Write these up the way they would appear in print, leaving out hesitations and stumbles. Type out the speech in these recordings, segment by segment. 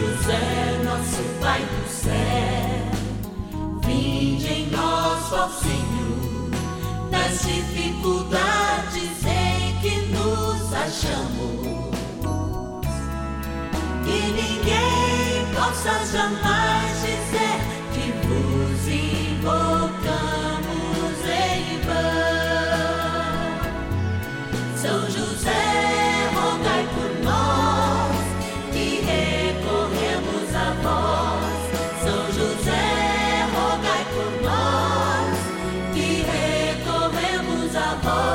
José, nosso Pai do céu, vinde em nós, ó Senhor, nas dificuldades em que nos achamos, que ninguém possa jamais dizer que vos invocamos em vão. São José, rogai por nós, que recorremos a vós. São José, rogai por nós, que recorremos a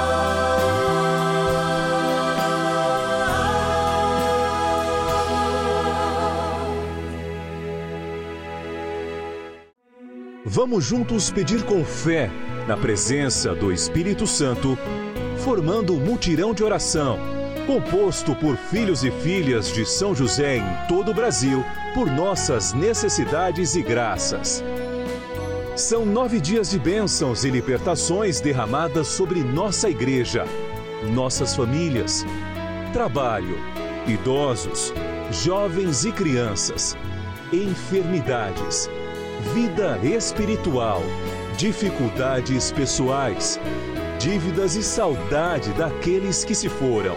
vós. Vamos juntos pedir com fé, na presença do Espírito Santo, formando um mutirão de oração, composto por filhos e filhas de São José em todo o Brasil, por nossas necessidades e graças. São 9 dias de bênçãos e libertações derramadas sobre nossa igreja, nossas famílias, trabalho, idosos, jovens e crianças, enfermidades, vida espiritual, dificuldades pessoais, dívidas e saudade daqueles que se foram.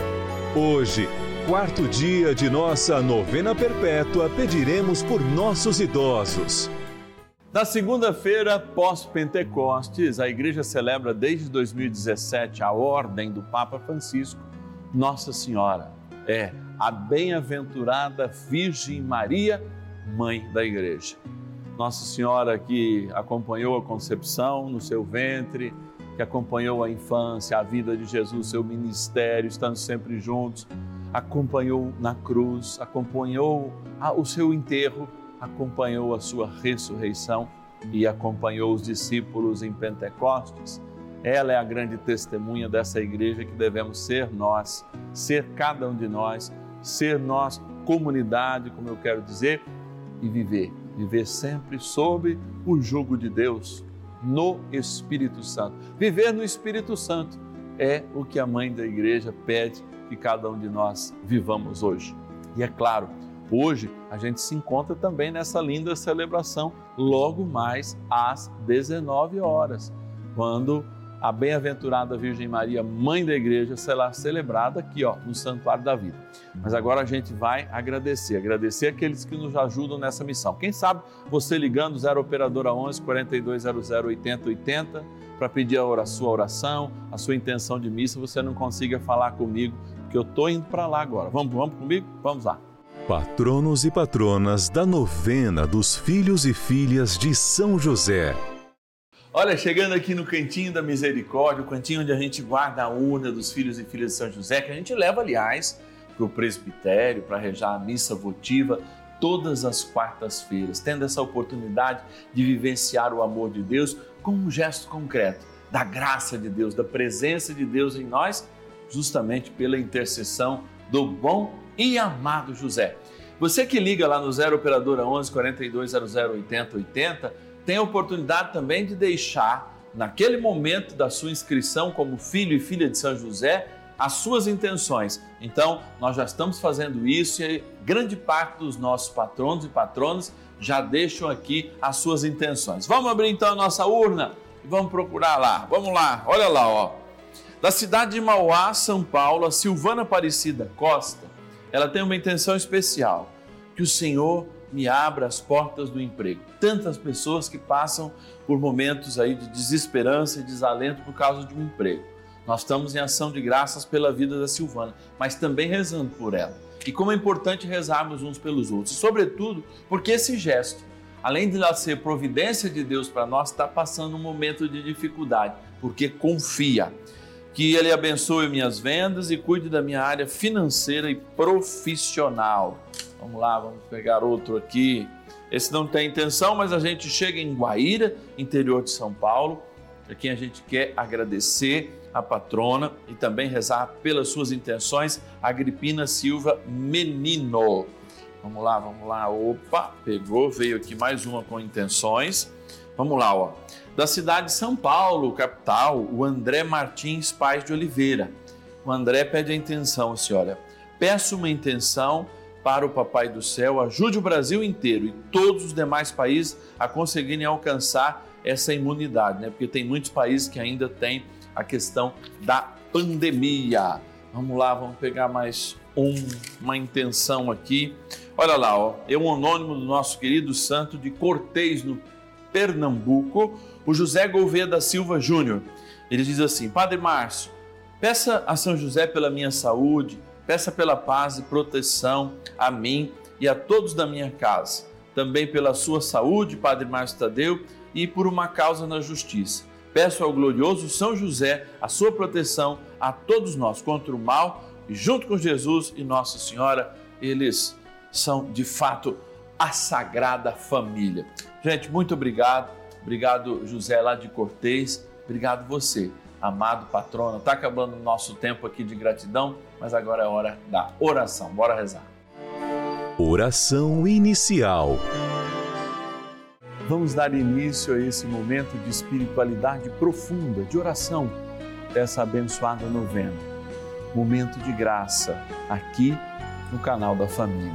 Hoje, 4º dia de nossa novena perpétua, pediremos por nossos idosos. Na segunda-feira, pós-Pentecostes, a Igreja celebra desde 2017 a ordem do Papa Francisco. Nossa Senhora é a bem-aventurada Virgem Maria, Mãe da Igreja. Nossa Senhora que acompanhou a concepção no seu ventre, que acompanhou a infância, a vida de Jesus, seu ministério, estando sempre juntos, acompanhou na cruz, acompanhou o seu enterro, acompanhou a sua ressurreição e acompanhou os discípulos em Pentecostes. Ela é a grande testemunha dessa igreja que devemos ser nós, ser cada um de nós, ser nós comunidade, como eu quero dizer, e viver sempre sob o jugo de Deus, no Espírito Santo. Viver no Espírito Santo é o que a Mãe da Igreja pede que cada um de nós vivamos hoje. E é claro, hoje a gente se encontra também nessa linda celebração, logo mais às 19 horas, quando a bem-aventurada Virgem Maria, Mãe da Igreja, será celebrada aqui, no Santuário da Vida. Mas agora a gente vai agradecer aqueles que nos ajudam nessa missão. Quem sabe você ligando 0 Operadora 11 4200 8080 para pedir a sua oração, a sua intenção de missa, você não consiga falar comigo, porque eu estou indo para lá agora. Vamos comigo? Vamos lá. Patronos e patronas da novena dos filhos e filhas de São José. Olha, chegando aqui no Cantinho da Misericórdia, o cantinho onde a gente guarda a urna dos filhos e filhas de São José, que a gente leva, aliás, para o presbitério, para rezar a missa votiva, todas as quartas-feiras, tendo essa oportunidade de vivenciar o amor de Deus com um gesto concreto, da graça de Deus, da presença de Deus em nós, justamente pela intercessão do bom e amado José. Você que liga lá no 0 Operadora 11 4200 8080, tem a oportunidade também de deixar, naquele momento da sua inscrição como filho e filha de São José, as suas intenções. Então, nós já estamos fazendo isso e grande parte dos nossos patronos e patronas já deixam aqui as suas intenções. Vamos abrir então a nossa urna e vamos procurar lá. Vamos lá, olha lá, Da cidade de Mauá, São Paulo, a Silvana Aparecida Costa, ela tem uma intenção especial, que o Senhor me abra as portas do emprego. Tantas pessoas que passam por momentos aí de desesperança e desalento por causa de um emprego. Nós estamos em ação de graças pela vida da Silvana, mas também rezando por ela. E como é importante rezarmos uns pelos outros, sobretudo porque esse gesto, além de ela ser providência de Deus para nós, está passando um momento de dificuldade, porque confia. Que Ele abençoe minhas vendas e cuide da minha área financeira e profissional. Vamos lá, vamos pegar outro aqui. Esse não tem intenção, mas a gente chega em Guaíra, interior de São Paulo, a quem a gente quer agradecer a patrona e também rezar pelas suas intenções, Agripina Silva Menino. Vamos lá. Opa, pegou, veio aqui mais uma com intenções. Vamos lá, Da cidade de São Paulo, capital, o André Martins Paz de Oliveira. O André pede a intenção, assim, olha, peço uma intenção para o Papai do Céu, ajude o Brasil inteiro e todos os demais países a conseguirem alcançar essa imunidade, né? Porque tem muitos países que ainda têm a questão da pandemia. Vamos lá, vamos pegar mais uma intenção aqui. Olha lá, ó, é um anônimo do nosso querido santo de Cortês, no Pernambuco, o José Gouveia da Silva Júnior. Ele diz assim: Padre Márcio, peça a São José pela minha saúde, peça pela paz e proteção a mim e a todos da minha casa, também pela sua saúde, Padre Márcio Tadeu, e por uma causa na justiça. Peço ao glorioso São José a sua proteção a todos nós contra o mal, e junto com Jesus e Nossa Senhora, eles são de fato a Sagrada Família. Gente, muito obrigado. Obrigado, José lá de Cortês. Obrigado você, amado patrono. Está acabando o nosso tempo aqui de gratidão, mas agora é hora da oração. Bora rezar. Oração inicial. Vamos dar início a esse momento de espiritualidade profunda, de oração, dessa abençoada novena. Momento de graça, aqui no canal da Família.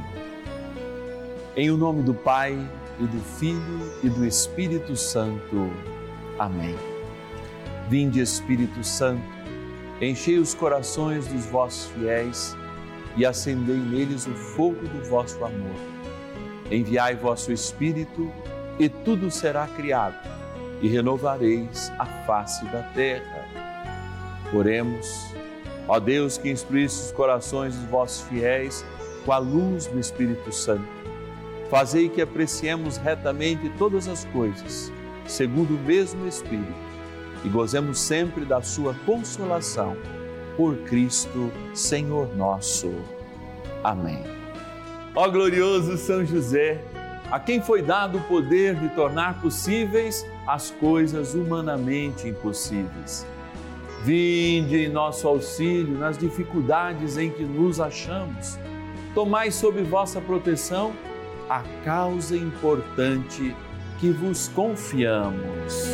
Em o nome do Pai, e do Filho, e do Espírito Santo. Amém. Vinde, Espírito Santo, enchei os corações dos vossos fiéis e acendei neles o fogo do vosso amor. Enviai vosso Espírito, e tudo será criado, e renovareis a face da terra. Oremos. Ó Deus, que instruísse os corações dos vossos fiéis com a luz do Espírito Santo, fazei que apreciemos retamente todas as coisas, segundo o mesmo Espírito, e gozemos sempre da sua consolação. Por Cristo, Senhor nosso. Amém. Ó glorioso São José, a quem foi dado o poder de tornar possíveis as coisas humanamente impossíveis. Vinde em nosso auxílio nas dificuldades em que nos achamos. Tomai sob vossa proteção a causa importante que vos confiamos.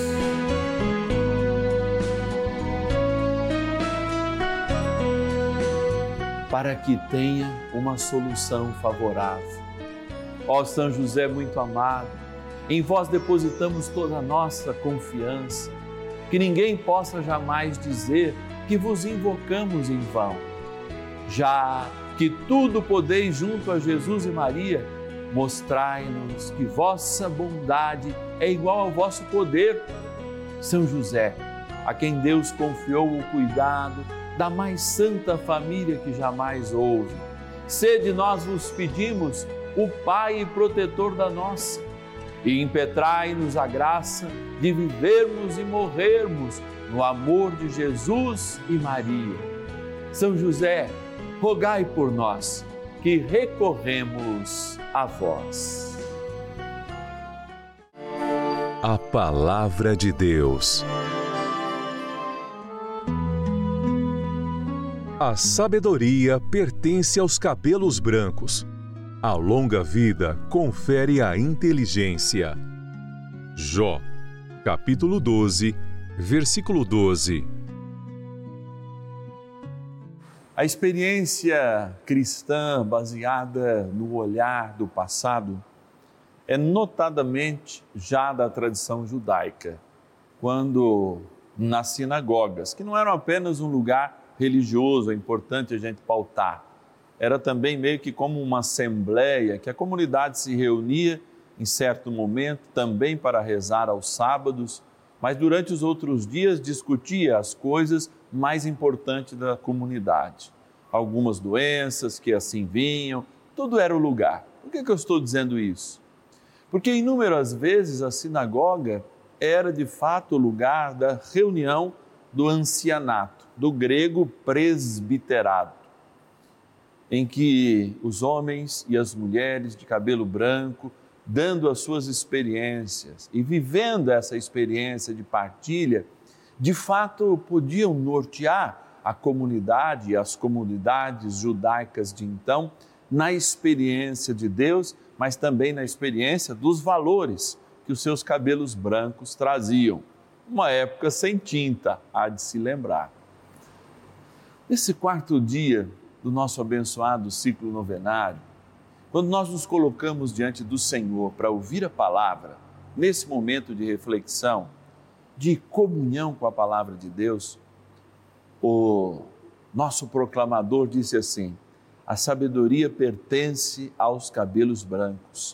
Para que tenha uma solução favorável. Ó São José muito amado, em vós depositamos toda a nossa confiança, que ninguém possa jamais dizer que vos invocamos em vão. Já que tudo podeis junto a Jesus e Maria, mostrai-nos que vossa bondade é igual ao vosso poder. São José, a quem Deus confiou o cuidado da mais santa família que jamais houve, sede, nós vos pedimos, o Pai e protetor da nossa, e impetrai-nos a graça de vivermos e morrermos no amor de Jesus e Maria. São José, rogai por nós, que recorremos a vós. A Palavra de Deus. A sabedoria pertence aos cabelos brancos. A longa vida confere a inteligência. Jó, capítulo 12, versículo 12. A experiência cristã baseada no olhar do passado é notadamente já da tradição judaica, quando nas sinagogas, que não eram apenas um lugar religioso, é importante a gente pautar, era também meio que como uma assembleia, que a comunidade se reunia em certo momento, também para rezar aos sábados, mas durante os outros dias discutia as coisas mais importantes da comunidade. Algumas doenças que assim vinham, tudo era o lugar. Por que eu estou dizendo isso? Porque inúmeras vezes a sinagoga era de fato o lugar da reunião do ancianato, do grego presbiterado, em que os homens e as mulheres de cabelo branco, dando as suas experiências e vivendo essa experiência de partilha, de fato podiam nortear a comunidade e as comunidades judaicas de então na experiência de Deus, mas também na experiência dos valores que os seus cabelos brancos traziam. Uma época sem tinta, há de se lembrar. Nesse quarto dia do nosso abençoado ciclo novenário, Quando nós nos colocamos diante do Senhor para ouvir a palavra, nesse momento de reflexão, de comunhão com a palavra de Deus, o nosso proclamador disse assim: a sabedoria pertence aos cabelos brancos,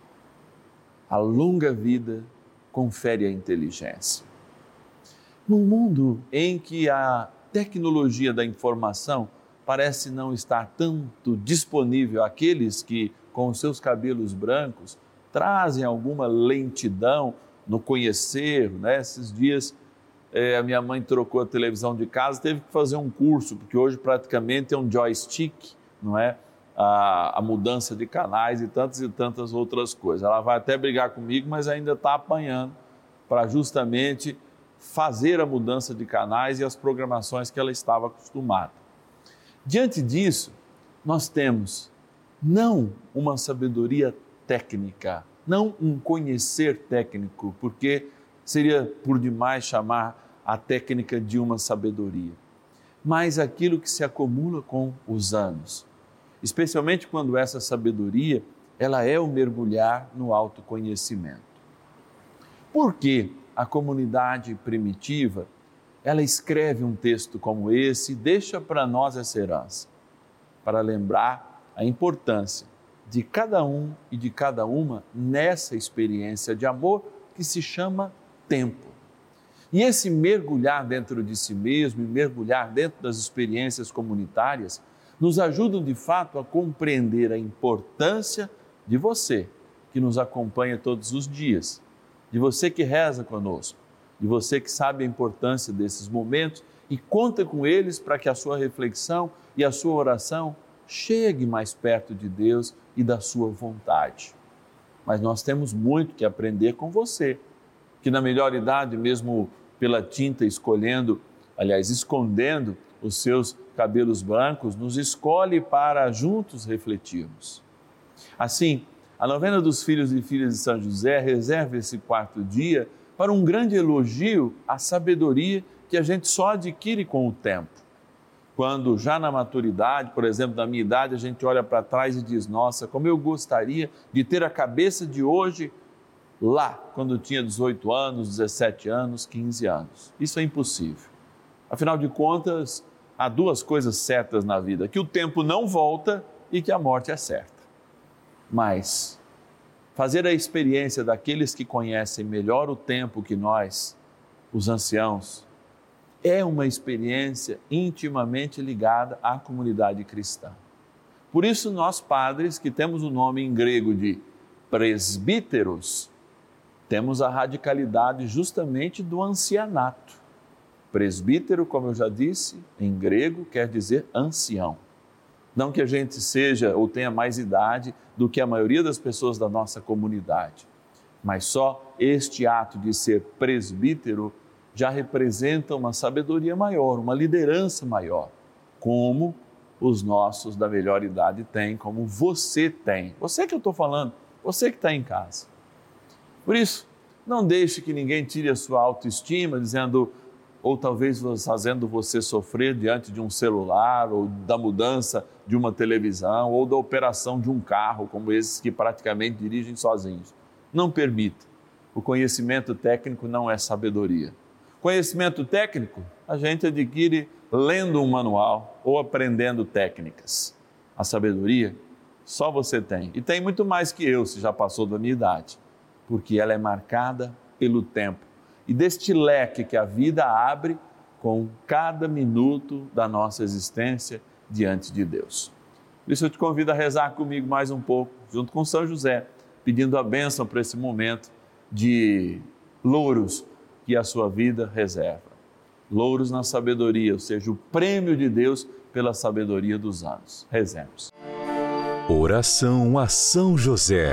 a longa vida confere a inteligência. Num mundo em que a tecnologia da informação parece não estar tanto disponível àqueles que, com os seus cabelos brancos, trazem alguma lentidão no conhecer, né? Esses dias a minha mãe trocou a televisão de casa, teve que fazer um curso, porque hoje praticamente é um joystick, não é? A mudança de canais e tantas outras coisas. Ela vai até brigar comigo, mas ainda está apanhando para justamente fazer a mudança de canais e as programações que ela estava acostumada. Diante disso, nós temos não uma sabedoria técnica, não um conhecer técnico, porque seria por demais chamar a técnica de uma sabedoria, mas aquilo que se acumula com os anos, especialmente quando essa sabedoria, ela é o mergulhar no autoconhecimento. Por que a comunidade primitiva, ela escreve um texto como esse e deixa para nós essa herança, para lembrar a importância de cada um e de cada uma nessa experiência de amor que se chama tempo. E esse mergulhar dentro de si mesmo e mergulhar dentro das experiências comunitárias nos ajudam de fato a compreender a importância de você que nos acompanha todos os dias, de você que reza conosco, de você que sabe a importância desses momentos e conta com eles para que a sua reflexão e a sua oração chegue mais perto de Deus e da sua vontade. Mas nós temos muito que aprender com você, que na melhor idade, mesmo pela tinta escondendo os seus cabelos brancos, nos escolhe para juntos refletirmos. Assim, a novena dos filhos e filhas de São José reserva esse quarto dia para um grande elogio à sabedoria que a gente só adquire com o tempo. Quando já na maturidade, por exemplo, na minha idade, a gente olha para trás e diz: nossa, como eu gostaria de ter a cabeça de hoje lá, quando eu tinha 18 anos, 17 anos, 15 anos. Isso é impossível. Afinal de contas, há duas coisas certas na vida: que o tempo não volta e que a morte é certa. Mas fazer a experiência daqueles que conhecem melhor o tempo que nós, os anciãos, é uma experiência intimamente ligada à comunidade cristã. Por isso, nós padres, que temos o nome em grego de presbíteros, temos a radicalidade justamente do ancianato. Presbítero, como eu já disse, em grego quer dizer ancião. Não que a gente seja ou tenha mais idade do que a maioria das pessoas da nossa comunidade, mas só este ato de ser presbítero já representa uma sabedoria maior, uma liderança maior, como os nossos da melhor idade têm, como você tem. Você que eu estou falando, você que está em casa. Por isso, não deixe que ninguém tire a sua autoestima, dizendo, ou talvez fazendo você sofrer diante de um celular, ou da mudança de uma televisão, ou da operação de um carro, como esses que praticamente dirigem sozinhos. Não permita. O conhecimento técnico não é sabedoria. Conhecimento técnico a gente adquire lendo um manual ou aprendendo técnicas. A sabedoria só você tem. E tem muito mais que eu, se já passou da minha idade, porque ela é marcada pelo tempo. E deste leque que a vida abre com cada minuto da nossa existência diante de Deus. Por isso eu te convido a rezar comigo mais um pouco, junto com São José, pedindo a bênção para esse momento de louros que a sua vida reserva. Louros na sabedoria, ou seja, o prêmio de Deus pela sabedoria dos anos. Rezemos. Oração a São José.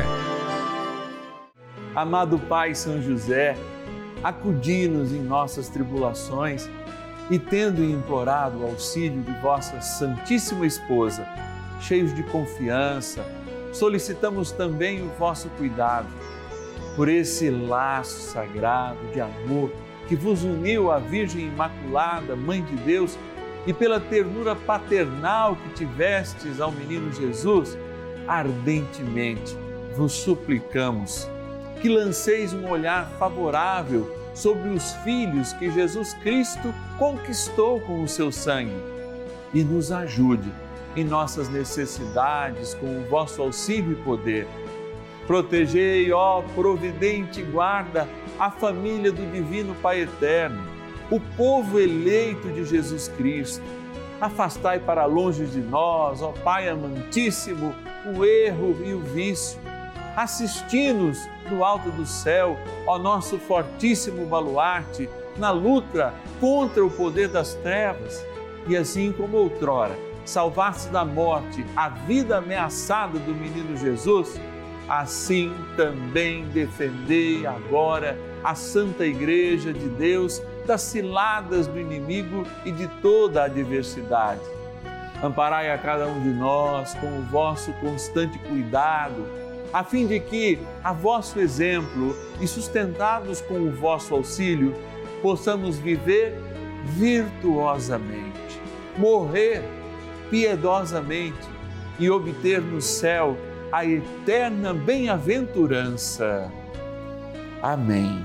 Amado Pai São José, acudi-nos em nossas tribulações e, tendo implorado o auxílio de vossa Santíssima Esposa, cheios de confiança, solicitamos também o vosso cuidado por esse laço sagrado de amor que vos uniu à Virgem Imaculada, Mãe de Deus, e pela ternura paternal que tivestes ao menino Jesus, ardentemente vos suplicamos que lanceis um olhar favorável sobre os filhos que Jesus Cristo conquistou com o seu sangue e nos ajude em nossas necessidades com o vosso auxílio e poder. Protegei, ó providente guarda, a família do Divino Pai Eterno, o povo eleito de Jesus Cristo. Afastai para longe de nós, ó Pai amantíssimo, o erro e o vício. Assisti-nos do alto do céu, ó nosso fortíssimo baluarte, na luta contra o poder das trevas. E assim como outrora salvaste da morte a vida ameaçada do menino Jesus, assim também defendei agora a Santa Igreja de Deus das ciladas do inimigo e de toda a adversidade. Amparai a cada um de nós com o vosso constante cuidado, a fim de que, a vosso exemplo e sustentados com o vosso auxílio, possamos viver virtuosamente, morrer piedosamente e obter no céu a eterna bem-aventurança. Amém.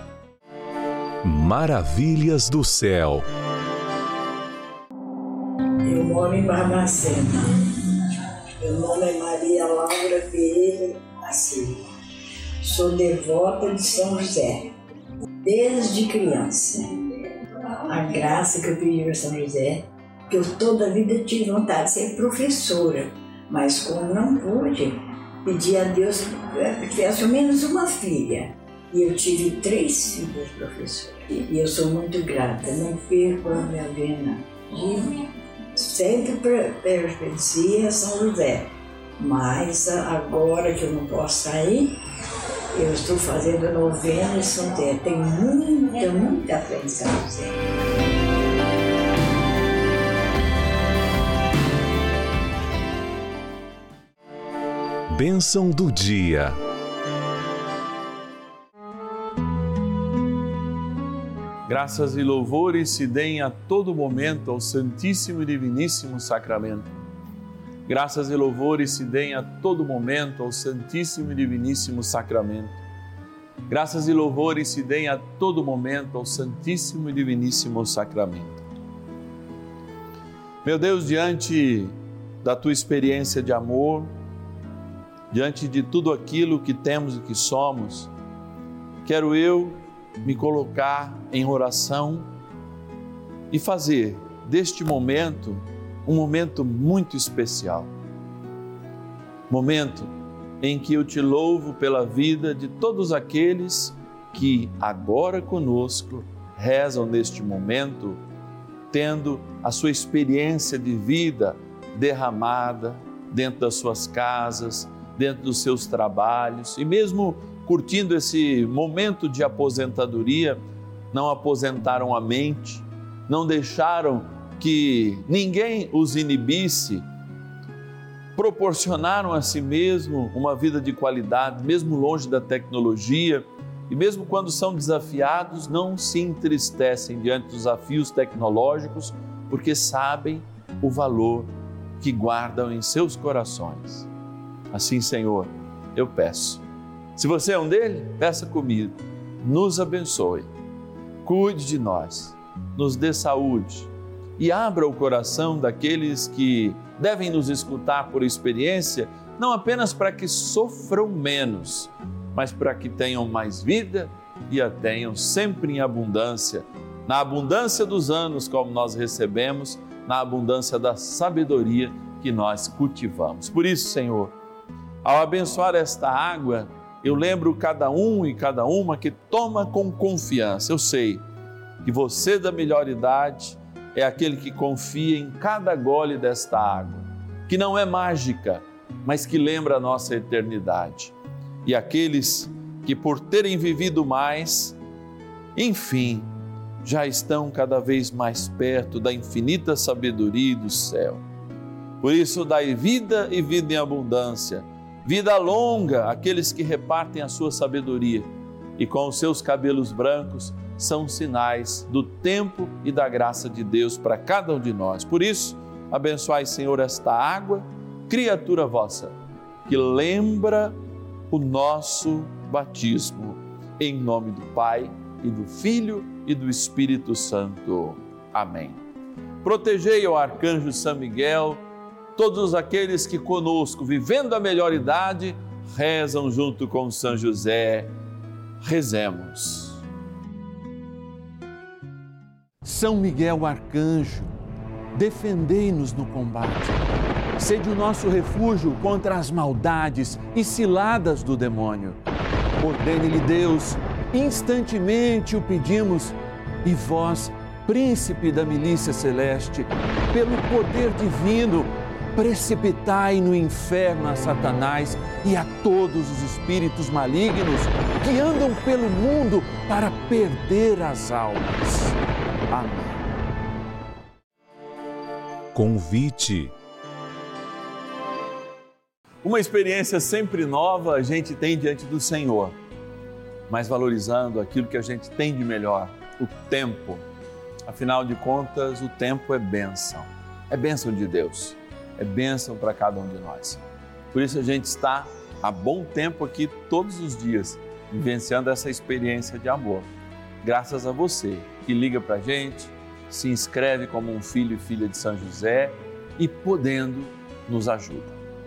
Maravilhas do céu. Eu moro em Barbacena. Meu nome é Maria Laura Pereira da Silva. Sou devota de São José, desde criança. A graça que eu pedi para São José, que eu toda a vida tive vontade de ser professora, mas como não pude, pedi a Deus que tivesse ao menos uma filha. E eu tive 3 filhas professoras. E eu sou muito grata, não perco a minha vena. Sempre pertencia a São José. Mas agora que eu não posso sair, eu estou fazendo novena em São José. Tenho muita fé em São José. Bênção do dia. Graças e louvores se deem a todo momento ao Santíssimo e Diviníssimo Sacramento. Graças e louvores se deem a todo momento ao Santíssimo e Diviníssimo Sacramento. Graças e louvores se deem a todo momento ao Santíssimo e Diviníssimo Sacramento. Meu Deus, diante da Tua experiência de amor, diante de tudo aquilo que temos e que somos, quero eu me colocar em oração e fazer deste momento um momento muito especial. Momento em que eu te louvo pela vida de todos aqueles que agora conosco rezam neste momento, tendo a sua experiência de vida derramada dentro das suas casas, dentro dos seus trabalhos e mesmo curtindo esse momento de aposentadoria, não aposentaram a mente, não deixaram que ninguém os inibisse, proporcionaram a si mesmo uma vida de qualidade, mesmo longe da tecnologia, e mesmo quando são desafiados, não se entristecem diante dos desafios tecnológicos, porque sabem o valor que guardam em seus corações. Assim, Senhor, eu peço. Se você é um deles, peça comigo, nos abençoe, cuide de nós, nos dê saúde e abra o coração daqueles que devem nos escutar por experiência, não apenas para que sofram menos, mas para que tenham mais vida e a tenham sempre em abundância, na abundância dos anos como nós recebemos, na abundância da sabedoria que nós cultivamos. Por isso, Senhor, ao abençoar esta água, eu lembro cada um e cada uma que toma com confiança. Eu sei que você da melhor idade é aquele que confia em cada gole desta água, que não é mágica, mas que lembra a nossa eternidade. E aqueles que por terem vivido mais, enfim, já estão cada vez mais perto da infinita sabedoria do céu. Por isso, dai vida e vida em abundância, vida longa àqueles que repartem a sua sabedoria e com os seus cabelos brancos são sinais do tempo e da graça de Deus para cada um de nós. Por isso, abençoai, Senhor, esta água, criatura vossa, que lembra o nosso batismo. Em nome do Pai, e do Filho e do Espírito Santo. Amém. Protegei ao arcanjo São Miguel todos aqueles que conosco, vivendo a melhor idade, rezam junto com São José. Rezemos. São Miguel arcanjo, defendei-nos no combate. Sede o nosso refúgio contra as maldades e ciladas do demônio. Ordene-lhe Deus, instantemente o pedimos, e vós, príncipe da milícia celeste, pelo poder divino, precipitai no inferno a Satanás e a todos os espíritos malignos que andam pelo mundo para perder as almas. Amém. Convite. Uma experiência sempre nova a gente tem diante do Senhor, mas valorizando aquilo que a gente tem de melhor, o tempo. Afinal de contas, o tempo é bênção de Deus, é bênção para cada um de nós. Por isso a gente está há bom tempo aqui todos os dias, vivenciando essa experiência de amor. Graças a você que liga para a gente, se inscreve como um filho e filha de São José e podendo nos ajuda.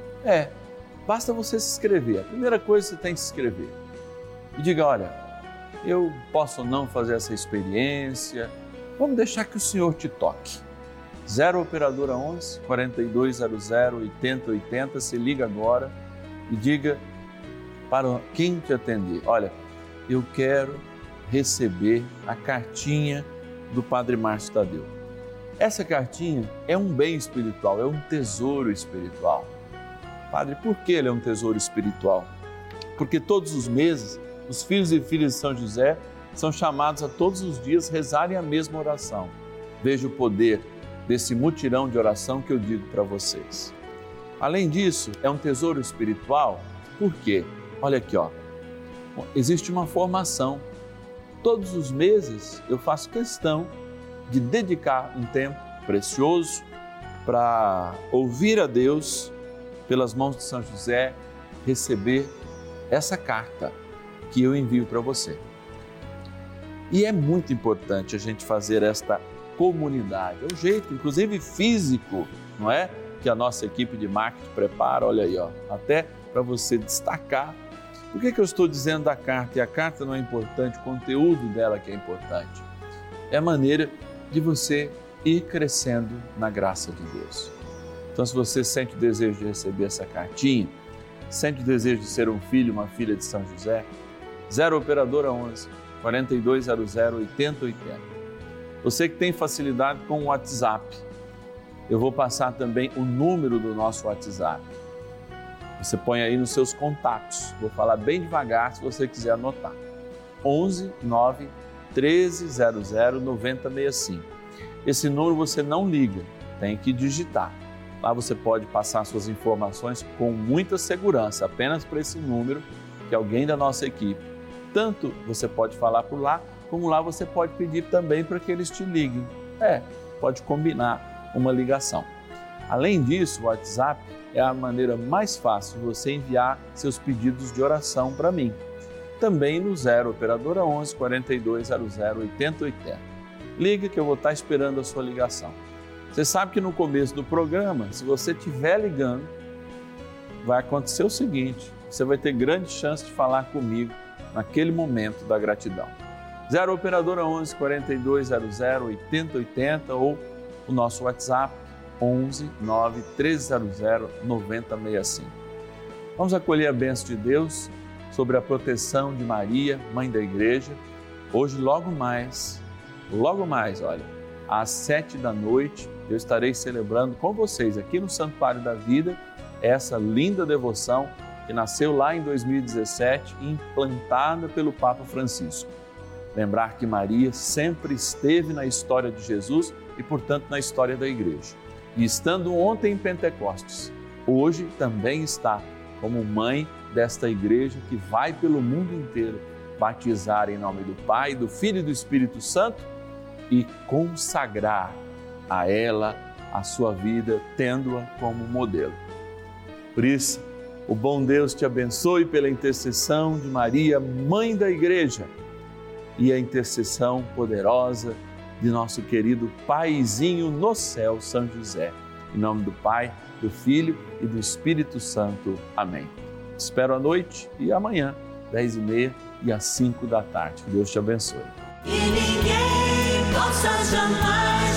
Basta você se inscrever. A primeira coisa você tem que se inscrever. E diga, olha, eu posso não fazer essa experiência, vamos deixar que o Senhor te toque. 0 Operadora 11 4200 8080, se liga agora e diga para quem te atender, olha, eu quero receber a cartinha do Padre Márcio Tadeu. Essa cartinha é um bem espiritual, é um tesouro espiritual. Padre, por que ele é um tesouro espiritual? Porque todos os meses, os filhos e filhas de São José são chamados a todos os dias rezarem a mesma oração. Veja o poder desse mutirão de oração que eu digo para vocês. Além disso, é um tesouro espiritual, por quê? Olha aqui, existe uma formação. Todos os meses eu faço questão de dedicar um tempo precioso para ouvir a Deus pelas mãos de São José, receber essa carta que eu envio para você. E é muito importante a gente fazer esta comunidade, é um jeito, inclusive físico, não é? Que a nossa equipe de marketing prepara, olha aí, até para você destacar. Por que eu estou dizendo da carta? E a carta não é importante, o conteúdo dela que é importante. É a maneira de você ir crescendo na graça de Deus. Então, se você sente o desejo de receber essa cartinha, sente o desejo de ser um filho, uma filha de São José, 0 Operadora 11 4200 8080. Você que tem facilidade com o WhatsApp, eu vou passar também o número do nosso WhatsApp. Você põe aí nos seus contatos. Vou falar bem devagar se você quiser anotar. 11 9 1300 9065. Esse número você não liga, tem que digitar. Lá você pode passar suas informações com muita segurança, apenas para esse número, que é alguém da nossa equipe. Tanto você pode falar por lá, como lá você pode pedir também para que eles te liguem. Pode combinar uma ligação. Além disso, o WhatsApp é a maneira mais fácil de você enviar seus pedidos de oração para mim. Também no 0 Operadora 11 4200 8080. Liga que eu vou estar esperando a sua ligação. Você sabe que no começo do programa, se você estiver ligando, vai acontecer o seguinte, você vai ter grande chance de falar comigo naquele momento da gratidão. 0 Operadora 11 4200 8080 ou o nosso WhatsApp 11 9 1300 9065. Vamos acolher a bênção de Deus sobre a proteção de Maria, Mãe da Igreja. Hoje, logo mais, olha, às 19h, eu estarei celebrando com vocês aqui no Santuário da Vida essa linda devoção que nasceu lá em 2017 e implantada pelo Papa Francisco. Lembrar que Maria sempre esteve na história de Jesus e, portanto, na história da Igreja. E estando ontem em Pentecostes, hoje também está como mãe desta Igreja que vai pelo mundo inteiro batizar em nome do Pai, do Filho e do Espírito Santo e consagrar a ela a sua vida, tendo-a como modelo. Por isso, O bom Deus te abençoe pela intercessão de Maria, Mãe da Igreja, e a intercessão poderosa de nosso querido Paizinho no céu, São José. Em nome do Pai, do Filho e do Espírito Santo. Amém. Te espero à noite e amanhã, 10h30 e às 5 da tarde. Deus te abençoe. E ninguém possa jamais